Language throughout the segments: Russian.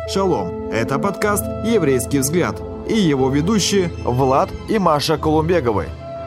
Шалом! Это подкаст «Еврейский взгляд» и его ведущие Влад и Маша Колумбеговы.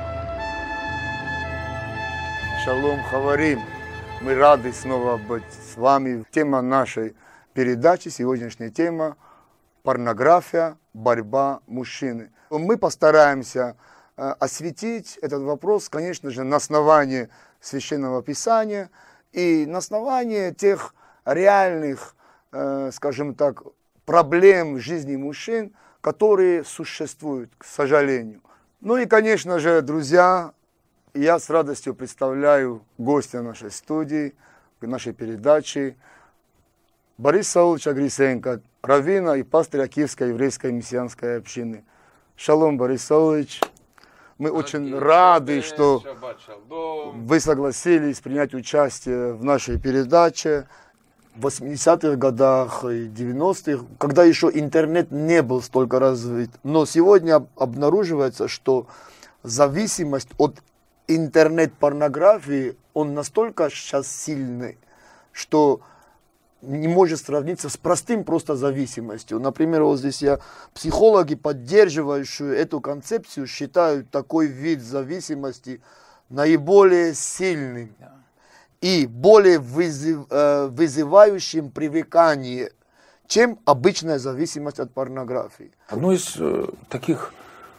Шалом, хаварим! Мы рады снова быть с вами. Тема нашей передачи, сегодняшняя тема – порнография, борьба мужчины. Мы постараемся осветить этот вопрос, конечно же, на основании Священного Писания и на основании тех реальных, скажем так, проблем в жизни мужчин, которые существуют, к сожалению. Ну и, конечно же, друзья, я с радостью представляю гостя нашей студии, нашей передачи, Борис Саулович Агрисенко, раввина и пастырь Киевской еврейской мессианской общины. Шалом, Борис Саулович. Мы очень рады, что вы согласились принять участие в нашей передаче. В 80-х годах и 90-х, когда еще интернет не был столько развит. Но сегодня обнаруживается, что зависимость от интернет-порнографии, он настолько сейчас сильный, что не может сравниться с простым просто зависимостью. Например, вот здесь психологи, поддерживающие эту концепцию, считают такой вид зависимости наиболее сильным и более вызывающим привыкание, чем обычная зависимость от порнографии. Одно из таких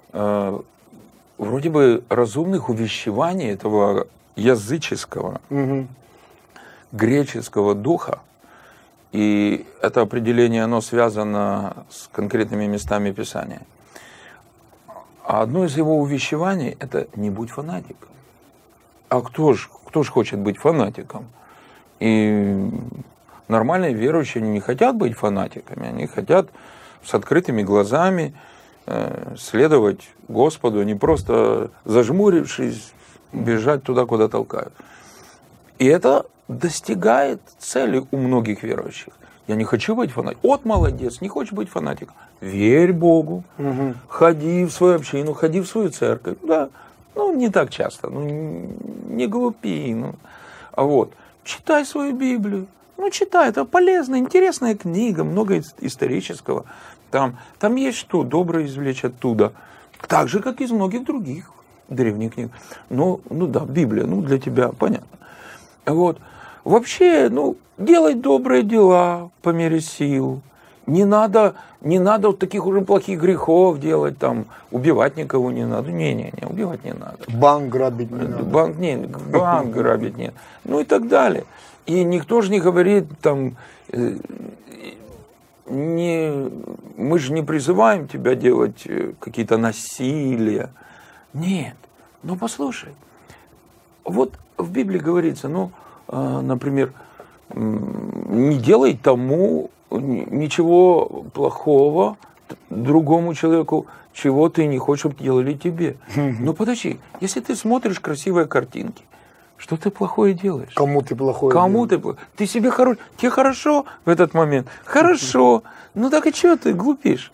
вроде бы разумных увещеваний этого языческого, греческого духа, и это определение, оно связано с конкретными местами Писания. А одно из его увещеваний – это «не будь фанатиком». А кто ж хочет быть фанатиком? И нормальные верующие не хотят быть фанатиками, они хотят с открытыми глазами следовать Господу, не просто зажмурившись, бежать туда, куда толкают. И это достигает цели у многих верующих. Я не хочу быть фанатиком. Вот молодец, не хочешь быть фанатиком. Верь Богу, ходи в свою общину, ходи в свою церковь. Да, ну не так часто, ну не глупи. Ну. А вот, читай свою Библию. Ну читай, это полезная, интересная книга, много исторического. Там есть что доброе извлечь оттуда. Так же, как из многих других древних книг. Ну да, Библия, для тебя, понятно. Вот. Вообще, делай добрые дела по мере сил. Не надо вот таких уже плохих грехов делать, там, убивать никого не надо. Не, убивать не надо. Банк грабить не надо. Банк грабить нет. Ну и так далее. И никто же не говорит, там, мы же не призываем тебя делать какие-то насилия. Нет. Послушай. Вот в Библии говорится, например, не делай тому ничего плохого другому человеку, чего ты не хочешь, чтобы делали тебе. Но подожди, если ты смотришь красивые картинки, что ты плохое делаешь? Кому ты плохое делаешь? Ты себе хорошо. Тебе хорошо в этот момент? Хорошо. Так и что ты глупишь?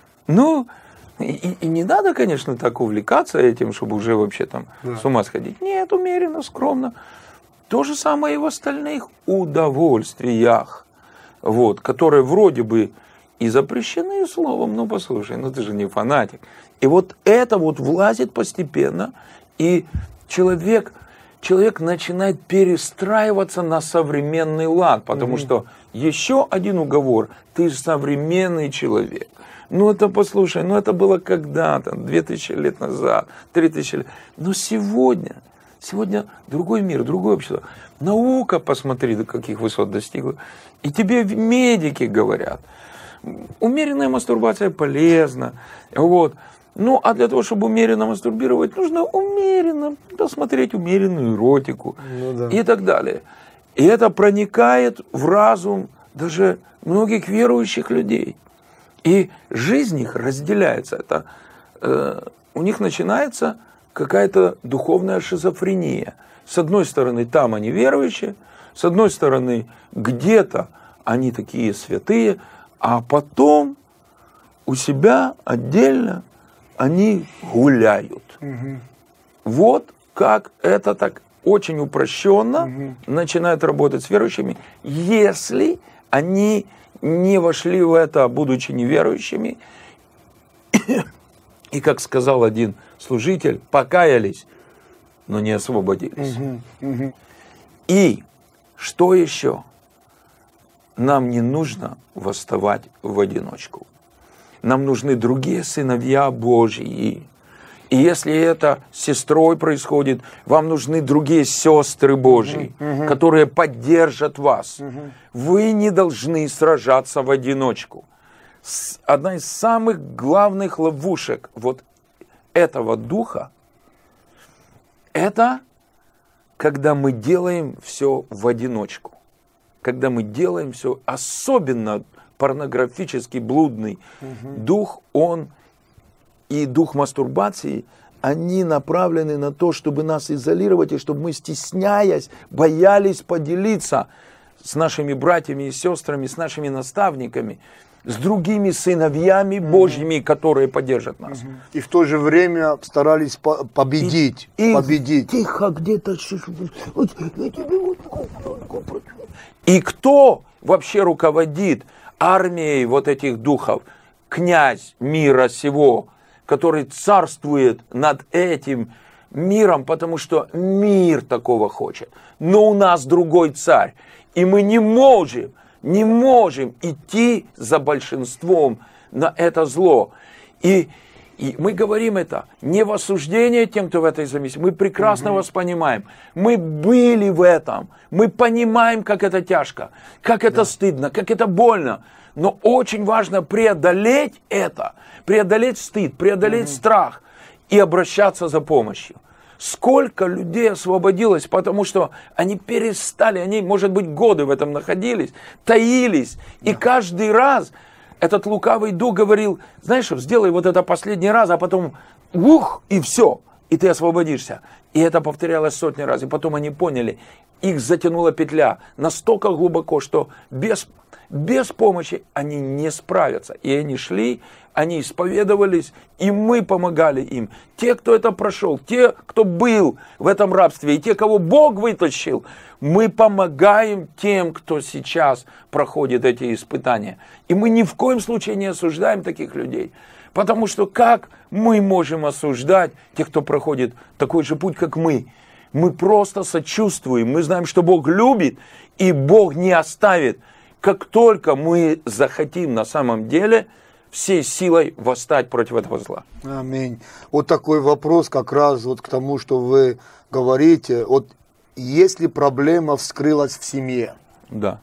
И не надо, конечно, так увлекаться этим, чтобы уже вообще там с ума сходить. Нет, умеренно, скромно. То же самое и в остальных удовольствиях, которые вроде бы и запрещены словом, послушай, ты же не фанатик. И вот это влазит постепенно, и человек начинает перестраиваться на современный лад, потому что еще один уговор, ты же современный человек. Это, послушай, это было когда-то, 2000 лет назад, 3000 лет. Но сегодня другой мир, другое общество. Наука, посмотри, до каких высот достигла. И тебе медики говорят, умеренная мастурбация полезна. А для того, чтобы умеренно мастурбировать, нужно умеренно посмотреть умеренную эротику и так далее. И это проникает в разум даже многих верующих людей. И жизнь их разделяется. У них начинается какая-то духовная шизофрения. С одной стороны, там они верующие, с одной стороны, где-то они такие святые, а потом у себя отдельно они гуляют. Вот как это так очень упрощенно начинает работать с верующими, если Они не вошли в это, будучи неверующими. И, как сказал один служитель, покаялись, но не освободились. И что еще? Нам не нужно восставать в одиночку. Нам нужны другие сыновья Божьи. И если это с сестрой происходит, вам нужны другие сестры Божьи, которые поддержат вас. Вы не должны сражаться в одиночку. Одна из самых главных ловушек вот этого духа, это когда мы делаем все в одиночку. Когда мы делаем все, особенно порнографический, блудный дух, он и дух мастурбации, они направлены на то, чтобы нас изолировать, и чтобы мы, стесняясь, боялись поделиться с нашими братьями и сестрами, с нашими наставниками, с другими сыновьями Божьими, которые поддержат нас. И в то же время старались победить. Победить. Тихо, где-то... И кто вообще руководит армией вот этих духов? Князь мира сего, который царствует над этим миром, потому что мир такого хочет. Но у нас другой царь. И мы не можем идти за большинством на это зло. И мы говорим это не в осуждение тем, кто в этой зависит. Мы прекрасно вас понимаем. Мы были в этом. Мы понимаем, как это тяжко, как это стыдно, как это больно. Но очень важно преодолеть это, преодолеть стыд, преодолеть страх и обращаться за помощью. Сколько людей освободилось, потому что они перестали, они, может быть, годы в этом находились, таились. И каждый раз этот лукавый дух говорил, знаешь, сделай вот это последний раз, а потом и все, и ты освободишься. И это повторялось сотни раз. И потом они поняли, их затянула петля настолько глубоко, что без помощи они не справятся. И они шли, они исповедовались, и мы помогали им. Те, кто это прошел, те, кто был в этом рабстве, и те, кого Бог вытащил, мы помогаем тем, кто сейчас проходит эти испытания. И мы ни в коем случае не осуждаем таких людей. Потому что как мы можем осуждать тех, кто проходит такой же путь, как мы? Мы просто сочувствуем, мы знаем, что Бог любит, и Бог не оставит, как только мы захотим на самом деле всей силой восстать против этого зла. Аминь. Вот такой вопрос как раз вот к тому, что вы говорите. Вот если проблема вскрылась в семье, да.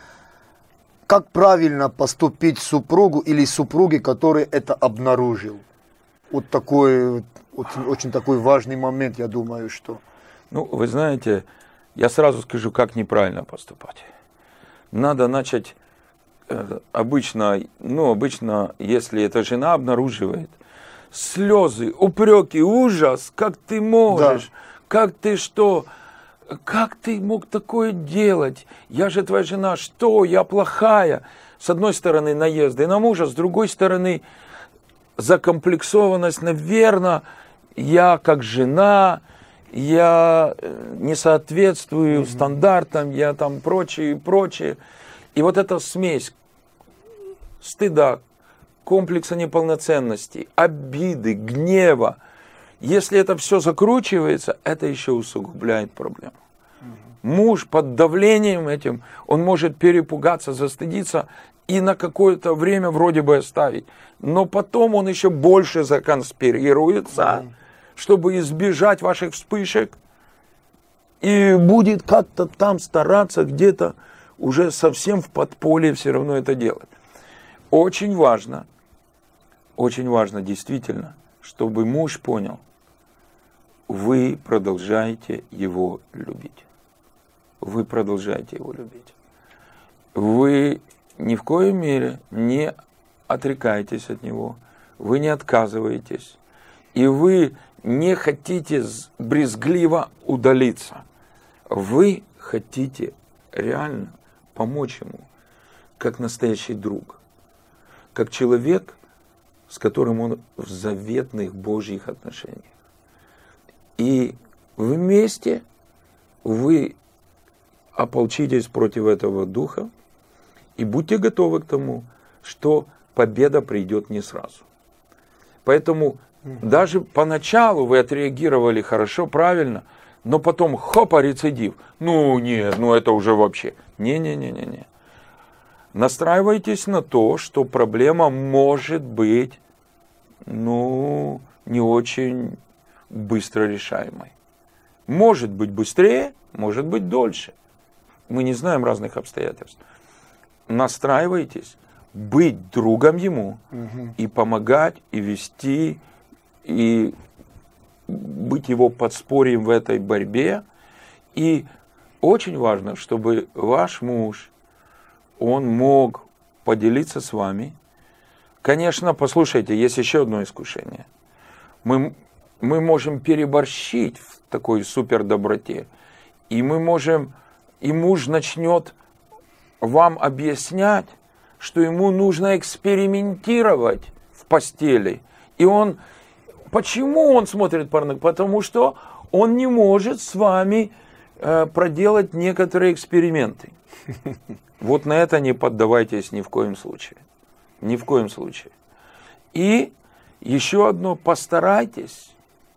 Как правильно поступить супругу или супруге, который это обнаружил? Вот такой, очень такой важный момент, я думаю, что... Ну, вы знаете, я сразу скажу, как неправильно поступать. Надо начать обычно, если эта жена обнаруживает, слезы, упреки, ужас, как ты можешь, как ты что, как ты мог такое делать, я же твоя жена, что, я плохая. С одной стороны наезды на мужа, с другой стороны закомплексованность, наверное, я как жена, я не соответствую стандартам, я там прочее. И вот эта смесь стыда, комплекса неполноценности, обиды, гнева, если это все закручивается, это еще усугубляет проблему. Муж под давлением этим, он может перепугаться, застыдиться и на какое-то время вроде бы оставить. Но потом он еще больше законспирируется, чтобы избежать ваших вспышек. И будет как-то там стараться где-то уже совсем в подполье все равно это делать. Очень важно действительно, чтобы муж понял, вы продолжаете его любить. Вы продолжаете его любить. Вы ни в коей мере не отрекаетесь от него, вы не отказываетесь, и вы не хотите брезгливо удалиться. Вы хотите реально помочь ему, как настоящий друг, как человек, с которым он в заветных Божьих отношениях. И вместе вы ополчитесь против этого духа И будьте готовы к тому, что победа придет не сразу. Поэтому даже поначалу вы отреагировали хорошо, правильно, но потом хопа, рецидив. Ну нет, ну это уже вообще. Не-не-не-не-не. Настраивайтесь на то, что проблема может быть, не очень быстро решаемой. Может быть быстрее, может быть дольше. Мы не знаем разных обстоятельств. Настраивайтесь быть другом ему и помогать, и вести, и быть его подспорьем в этой борьбе. И очень важно, чтобы ваш муж, он мог поделиться с вами. Конечно, послушайте, есть еще одно искушение. Мы можем переборщить в такой супердоброте, и муж начнет вам объяснять, что ему нужно экспериментировать в постели. И почему он смотрит порнографию? Потому что он не может с вами проделать некоторые эксперименты. Вот на это не поддавайтесь ни в коем случае. Ни в коем случае. И еще одно, постарайтесь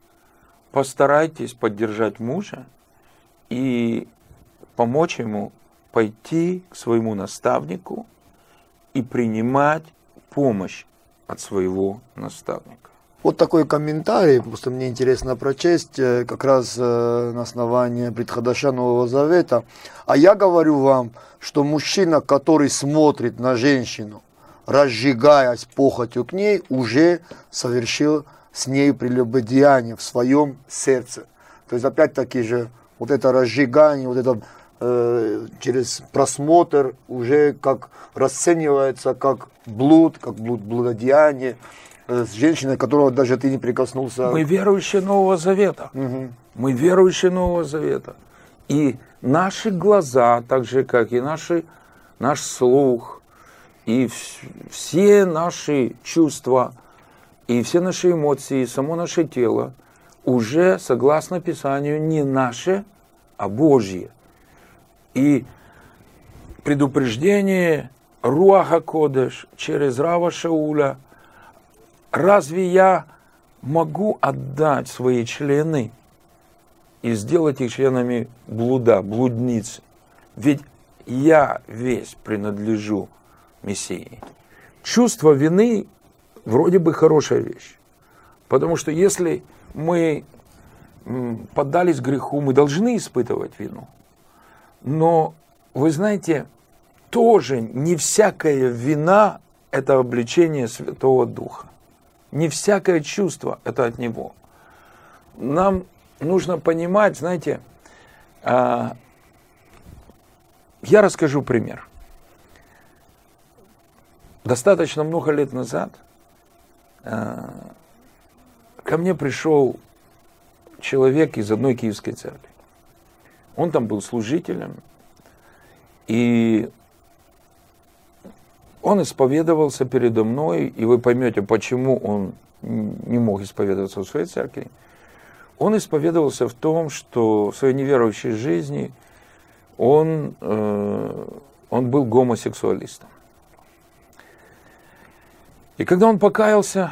поддержать мужа и помочь ему пойти к своему наставнику и принимать помощь от своего наставника. Вот такой комментарий, просто мне интересно прочесть, как раз на основании предходящего Нового Завета. А я говорю вам, что мужчина, который смотрит на женщину, разжигаясь похотью к ней, уже совершил с ней прелюбодеяние в своем сердце. То есть опять-таки же вот это разжигание, вот это через просмотр уже как расценивается как блудодеяние с женщиной, которого даже ты не прикоснулся. Мы верующие Нового Завета. Мы верующие Нового Завета. И наши глаза, так же как и наш слух, и все наши чувства, и все наши эмоции, и само наше тело уже, согласно Писанию, не наше, а Божье. И предупреждение Руаха Кодеш через Рава Шауля: разве я могу отдать свои члены и сделать их членами блуда, блудницы? Ведь я весь принадлежу Мессии. Чувство вины вроде бы хорошая вещь. Потому что если мы поддались греху, мы должны испытывать вину. Но, вы знаете, тоже не всякая вина – это обличение Святого Духа. Не всякое чувство – это от Него. Нам нужно понимать, знаете, я расскажу пример. Достаточно много лет назад ко мне пришел человек из одной киевской церкви. Он там был служителем, и он исповедовался передо мной, и вы поймете, почему он не мог исповедоваться в своей церкви. Он исповедовался в том, что в своей неверующей жизни он был гомосексуалистом. И когда он покаялся,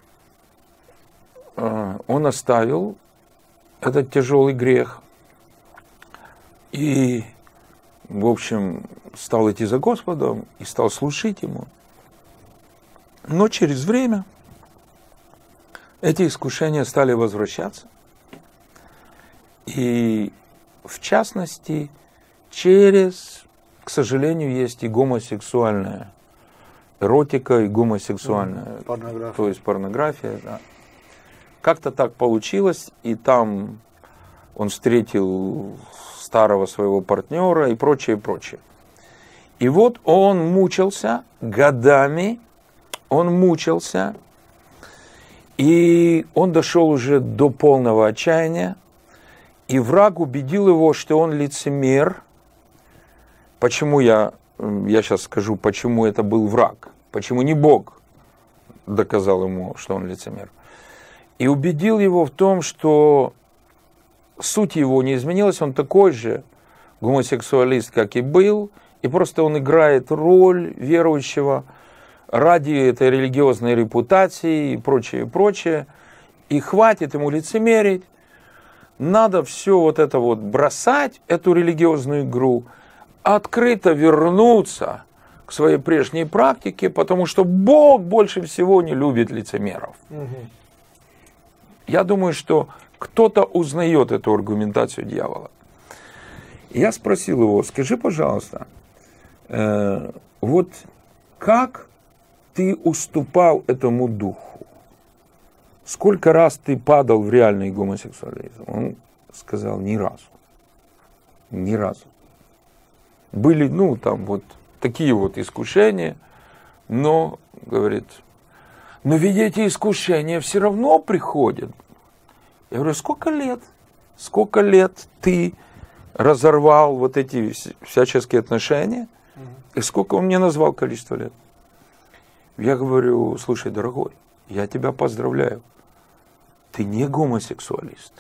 он оставил этот тяжелый грех и, в общем, стал идти за Господом и стал служить Ему. Но через время эти искушения стали возвращаться. И, в частности, к сожалению, есть и гомосексуальная эротика, и гомосексуальная, порнография. То есть порнография, да. Как-то так получилось, и там он встретил старого своего партнера и прочее, прочее. И вот он мучился годами, и он дошел уже до полного отчаяния, и враг убедил его, что он лицемер. Почему я сейчас скажу, почему это был враг, почему не Бог доказал ему, что он лицемер. И убедил его в том, что суть его не изменилась, он такой же гомосексуалист, как и был, и просто он играет роль верующего ради этой религиозной репутации и прочее, прочее. И хватит ему лицемерить. Надо все вот это вот бросать, эту религиозную игру, открыто вернуться к своей прежней практике, потому что Бог больше всего не любит лицемеров. Я думаю, что кто-то узнает эту аргументацию дьявола. Я спросил его, скажи, пожалуйста, вот как ты уступал этому духу? Сколько раз ты падал в реальный гомосексуализм? Он сказал, ни разу. Ни разу. Были, там вот такие вот искушения, но, говорит, но ведь эти искушения все равно приходят. Я говорю, сколько лет ты разорвал вот эти всяческие отношения? И сколько он мне назвал количество лет? Я говорю, слушай, дорогой, я тебя поздравляю. Ты не гомосексуалист.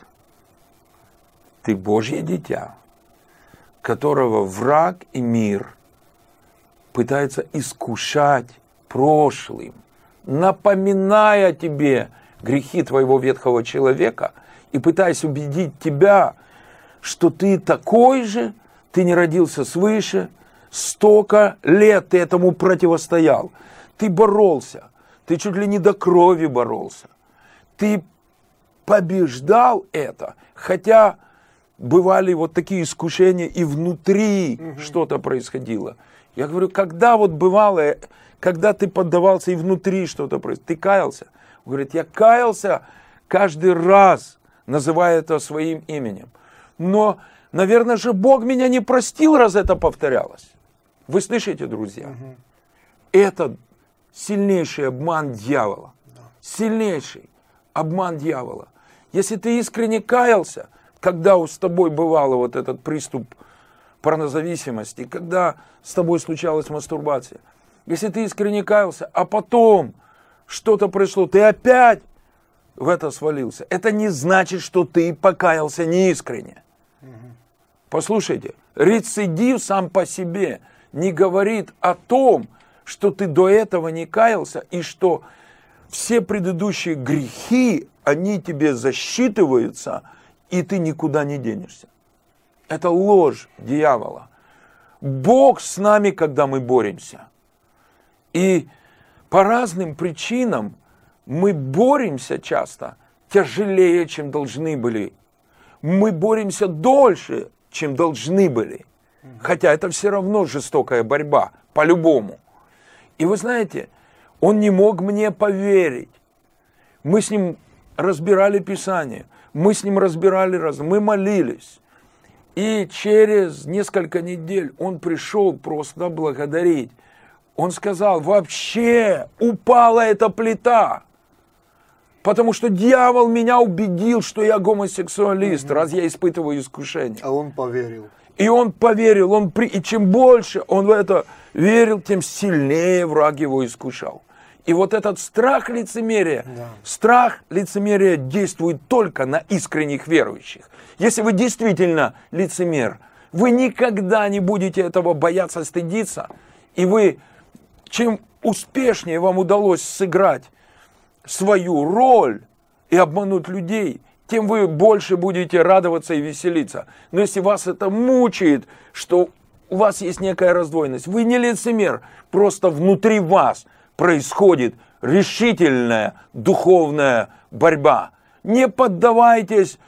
Ты Божье дитя, которого враг и мир пытаются искушать прошлым, напоминая тебе грехи твоего ветхого человека и пытаясь убедить тебя, что ты такой же, ты не родился свыше, столько лет ты этому противостоял. Ты боролся, ты чуть ли не до крови боролся. Ты побеждал это, хотя бывали вот такие искушения, и внутри что-то происходило. Я говорю, когда вот бывало, когда ты поддавался и внутри что-то происходило, ты каялся? Он говорит, я каялся каждый раз, называя это своим именем. Но, наверное же, Бог меня не простил, раз это повторялось. Вы слышите, друзья? Это сильнейший обман дьявола. Сильнейший обман дьявола. Если ты искренне каялся, когда с тобой бывало вот этот приступ порнозависимости, когда с тобой случалась мастурбация, если ты искренне каялся, а потом что-то пришло, ты опять в это свалился, это не значит, что ты покаялся неискренне. Послушайте, рецидив сам по себе не говорит о том, что ты до этого не каялся и что все предыдущие грехи, они тебе засчитываются, и ты никуда не денешься. Это ложь дьявола. Бог с нами, когда мы боремся. И по разным причинам мы боремся часто тяжелее, чем должны были. Мы боремся дольше, чем должны были. Хотя это все равно жестокая борьба, по-любому. И вы знаете, он не мог мне поверить. Мы с ним разбирали Писание, мы с ним разбирали мы молились. И через несколько недель он пришел просто благодарить. Он сказал, вообще упала эта плита. Потому что дьявол меня убедил, что я гомосексуалист, раз я испытываю искушение. А он поверил. И он поверил, и чем больше он в это верил, тем сильнее враг его искушал. И вот этот страх лицемерия, страх лицемерия действует только на искренних верующих. Если вы действительно лицемер, вы никогда не будете этого бояться, стыдиться. И вы, чем успешнее вам удалось сыграть свою роль и обмануть людей, тем вы больше будете радоваться и веселиться. Но если вас это мучает, что у вас есть некая раздвоенность, вы не лицемер, просто внутри вас происходит решительная духовная борьба. Не поддавайтесь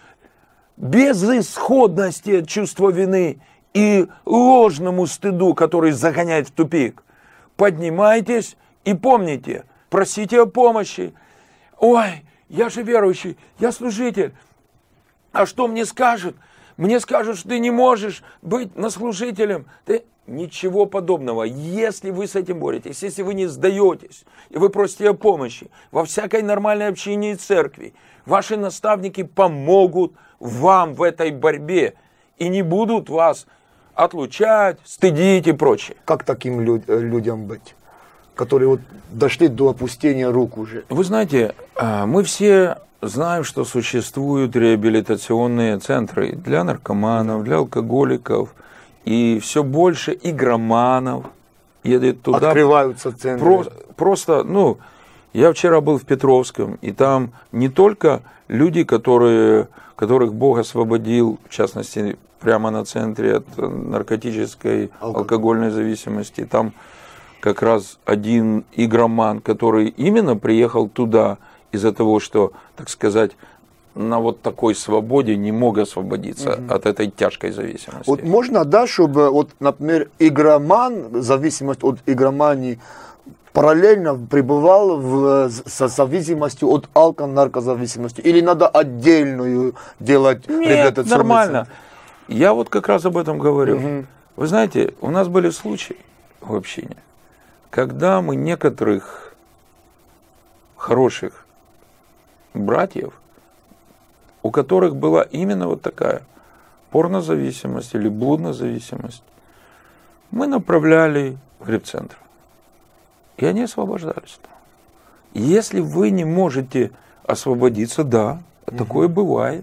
безысходности от чувства вины и ложному стыду, который загоняет в тупик. Поднимайтесь и помните, просите о помощи. Ой, я же верующий, я служитель. А что мне скажут? Мне скажут, что ты не можешь быть наслужителем. Ничего подобного. Если вы с этим боретесь, если вы не сдаетесь, и вы просите о помощи во всякой нормальной общине и церкви, ваши наставники помогут вам в этой борьбе и не будут вас отлучать, стыдить и прочее. Как таким людям быть, которые вот дошли до опустения рук уже? Вы знаете, мы все знаем, что существуют реабилитационные центры для наркоманов, для алкоголиков И все больше игроманов едет туда. Открываются центры. Просто, ну, я вчера был в Петровском, и там не только люди, которых Бог освободил, в частности, прямо на центре от наркотической, алкогольной зависимости, там как раз один игроман, который именно приехал туда из-за того, что, так сказать, на вот такой свободе не мог освободиться от этой тяжкой зависимости. Вот можно, да, чтобы, вот, например, игроман, зависимость от игромании, параллельно пребывал в зависимости от наркозависимости? Или надо отдельную делать реабилитационную? Нет, нормально. Я вот как раз об этом говорю. Вы знаете, у нас были случаи в общине, когда мы некоторых хороших братьев, у которых была именно вот такая порнозависимость или блуднозависимость, мы направляли в репцентр. И они освобождались. Если вы не можете освободиться, да, такое бывает.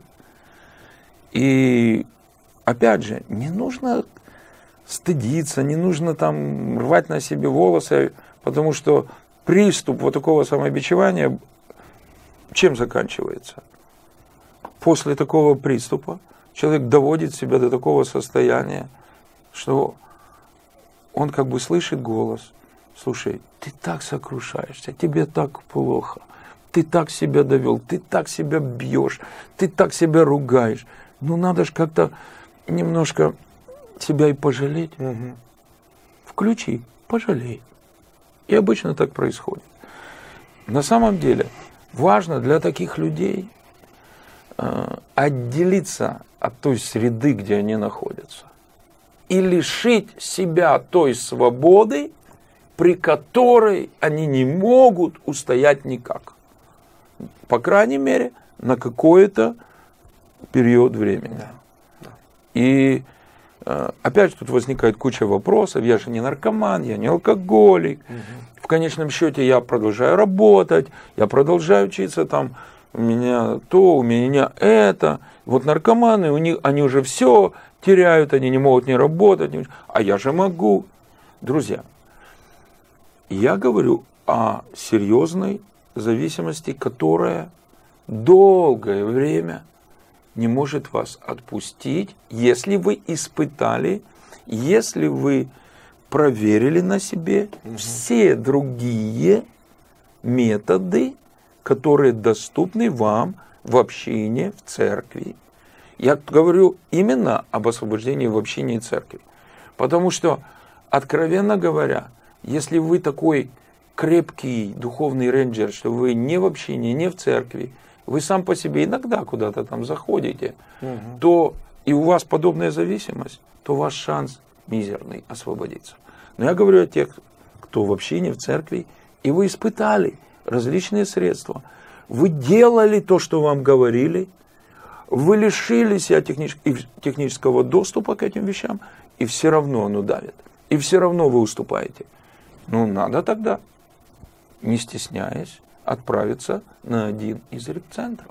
И опять же, не нужно стыдиться, не нужно там рвать на себе волосы, потому что приступ вот такого самобичевания чем заканчивается? После такого приступа человек доводит себя до такого состояния, что он как бы слышит голос: слушай, ты так сокрушаешься, тебе так плохо, ты так себя довел, ты так себя бьешь, ты так себя ругаешь. Ну надо же как-то немножко себя и пожалеть. Включи, пожалей. И обычно так происходит. На самом деле важно для таких людей отделиться от той среды, где они находятся, и лишить себя той свободы, при которой они не могут устоять никак. По крайней мере, на какой-то период времени. И опять же тут возникает куча вопросов. Я же не наркоман, я не алкоголик. В конечном счете я продолжаю работать, я продолжаю учиться там. У меня то, у меня это. Вот наркоманы, они уже все теряют, они не могут не работать. А я же могу. Друзья, я говорю о серьезной зависимости, которая долгое время не может вас отпустить, если вы испытали, если вы проверили на себе все другие методы, которые доступны вам в общине, в церкви. Я говорю именно об освобождении в общине и церкви. Потому что, откровенно говоря, если вы такой крепкий духовный рейнджер, что вы не в общине, не в церкви, вы сам по себе иногда куда-то там заходите, то и у вас подобная зависимость, то ваш шанс мизерный освободиться. Но я говорю о тех, кто в общине, в церкви, и вы испытали различные средства. Вы делали то, что вам говорили, вы лишили себя технического доступа к этим вещам, и все равно оно давит. И все равно вы уступаете. Ну, надо тогда, не стесняясь, отправиться на один из репцентров.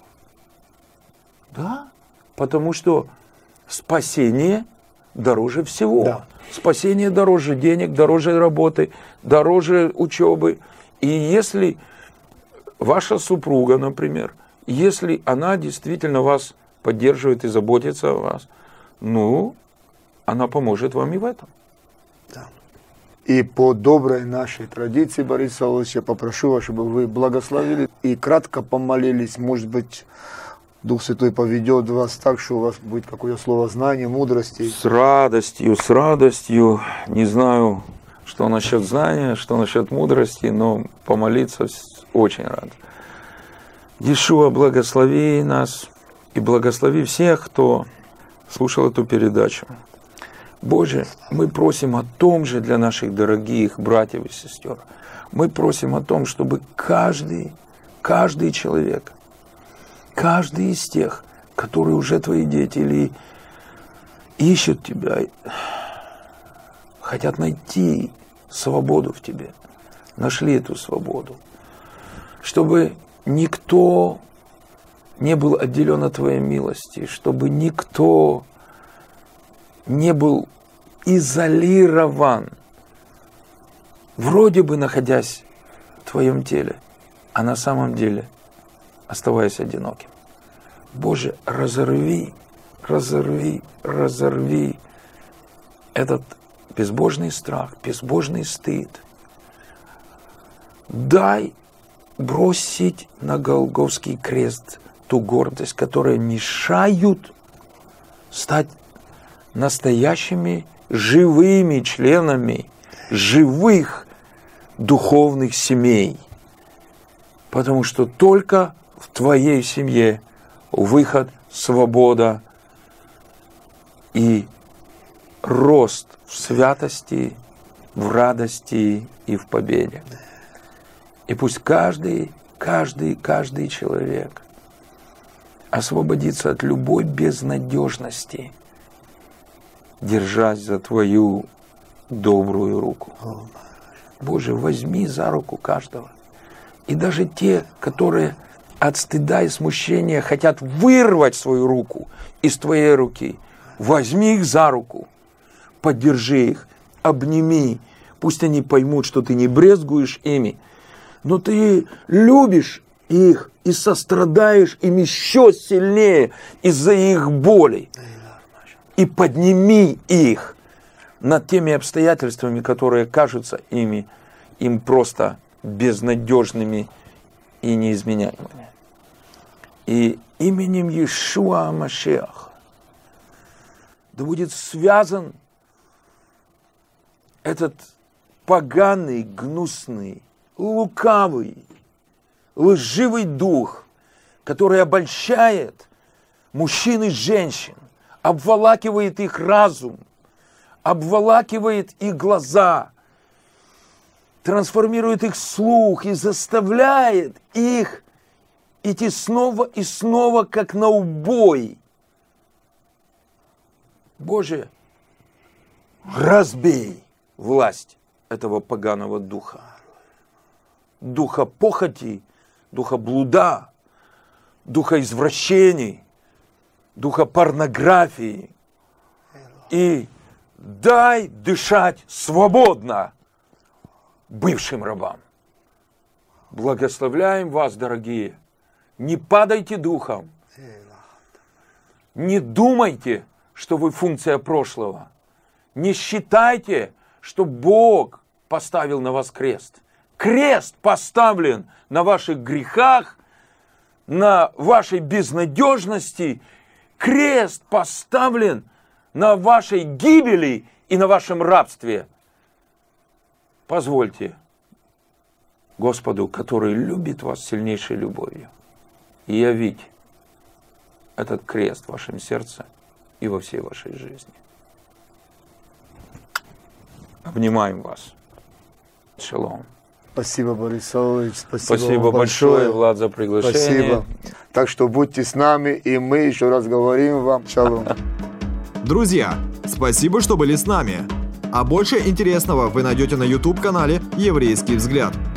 Да, потому что спасение дороже всего. Да. Спасение дороже денег, дороже работы, дороже учебы. И если ваша супруга, например, если она действительно вас поддерживает и заботится о вас, ну, она поможет вам и в этом. Да. И по доброй нашей традиции, Борис Савлович, я попрошу вас, чтобы вы благословили и кратко помолились. Может быть, Дух Святой поведет вас так, что у вас будет какое-то слово знания, мудрости. С радостью. Не знаю, что насчет знания, что насчет мудрости, но помолиться очень рад. Иешуа, благослови нас и благослови всех, кто слушал эту передачу. Боже, мы просим о том же для наших дорогих братьев и сестер. Мы просим о том, чтобы каждый человек, каждый из тех, которые уже твои дети или ищут тебя, хотят найти свободу в тебе, нашли эту свободу, чтобы никто не был отделен от твоей милости, чтобы никто не был изолирован, вроде бы находясь в твоем теле, а на самом деле оставаясь одиноким. Боже, разорви этот безбожный страх, безбожный стыд. Дай бросить на Голгофский крест ту гордость, которая мешают стать настоящими живыми членами живых духовных семей. Потому что только в твоей семье выход, свобода и рост в святости, в радости и в победе. И пусть каждый человек освободится от любой безнадежности, держась за твою добрую руку. Боже, возьми за руку каждого. И даже те, которые от стыда и смущения хотят вырвать свою руку из твоей руки, возьми их за руку, поддержи их, обними. Пусть они поймут, что ты не брезгуешь ими, но ты любишь их и сострадаешь им еще сильнее из-за их болей. И подними их над теми обстоятельствами, которые кажутся им просто безнадежными и неизменяемыми. И именем Иешуа Машиаха да будет связан этот поганый, гнусный, лукавый, лживый дух, который обольщает мужчин и женщин, обволакивает их разум, обволакивает их глаза, трансформирует их слух и заставляет их идти снова и снова, как на убой. Боже, разбей власть этого поганого духа. Духа похоти, духа блуда, духа извращений, духа порнографии. И дай дышать свободно бывшим рабам. Благословляем вас, дорогие. Не падайте духом. Не думайте, что вы функция прошлого. Не считайте, что Бог поставил на вас крест. Крест поставлен на ваших грехах, на вашей безнадежности. Крест поставлен на вашей гибели и на вашем рабстве. Позвольте Господу, который любит вас сильнейшей любовью, явить этот крест в вашем сердце и во всей вашей жизни. Обнимаем вас. Шалом. Спасибо, Борис Савович. Спасибо большое, Влад, за приглашение. Спасибо. Так что будьте с нами, и мы еще раз говорим вам шалом. Друзья, спасибо, что были с нами. А больше интересного вы найдете на YouTube-канале «Еврейский взгляд».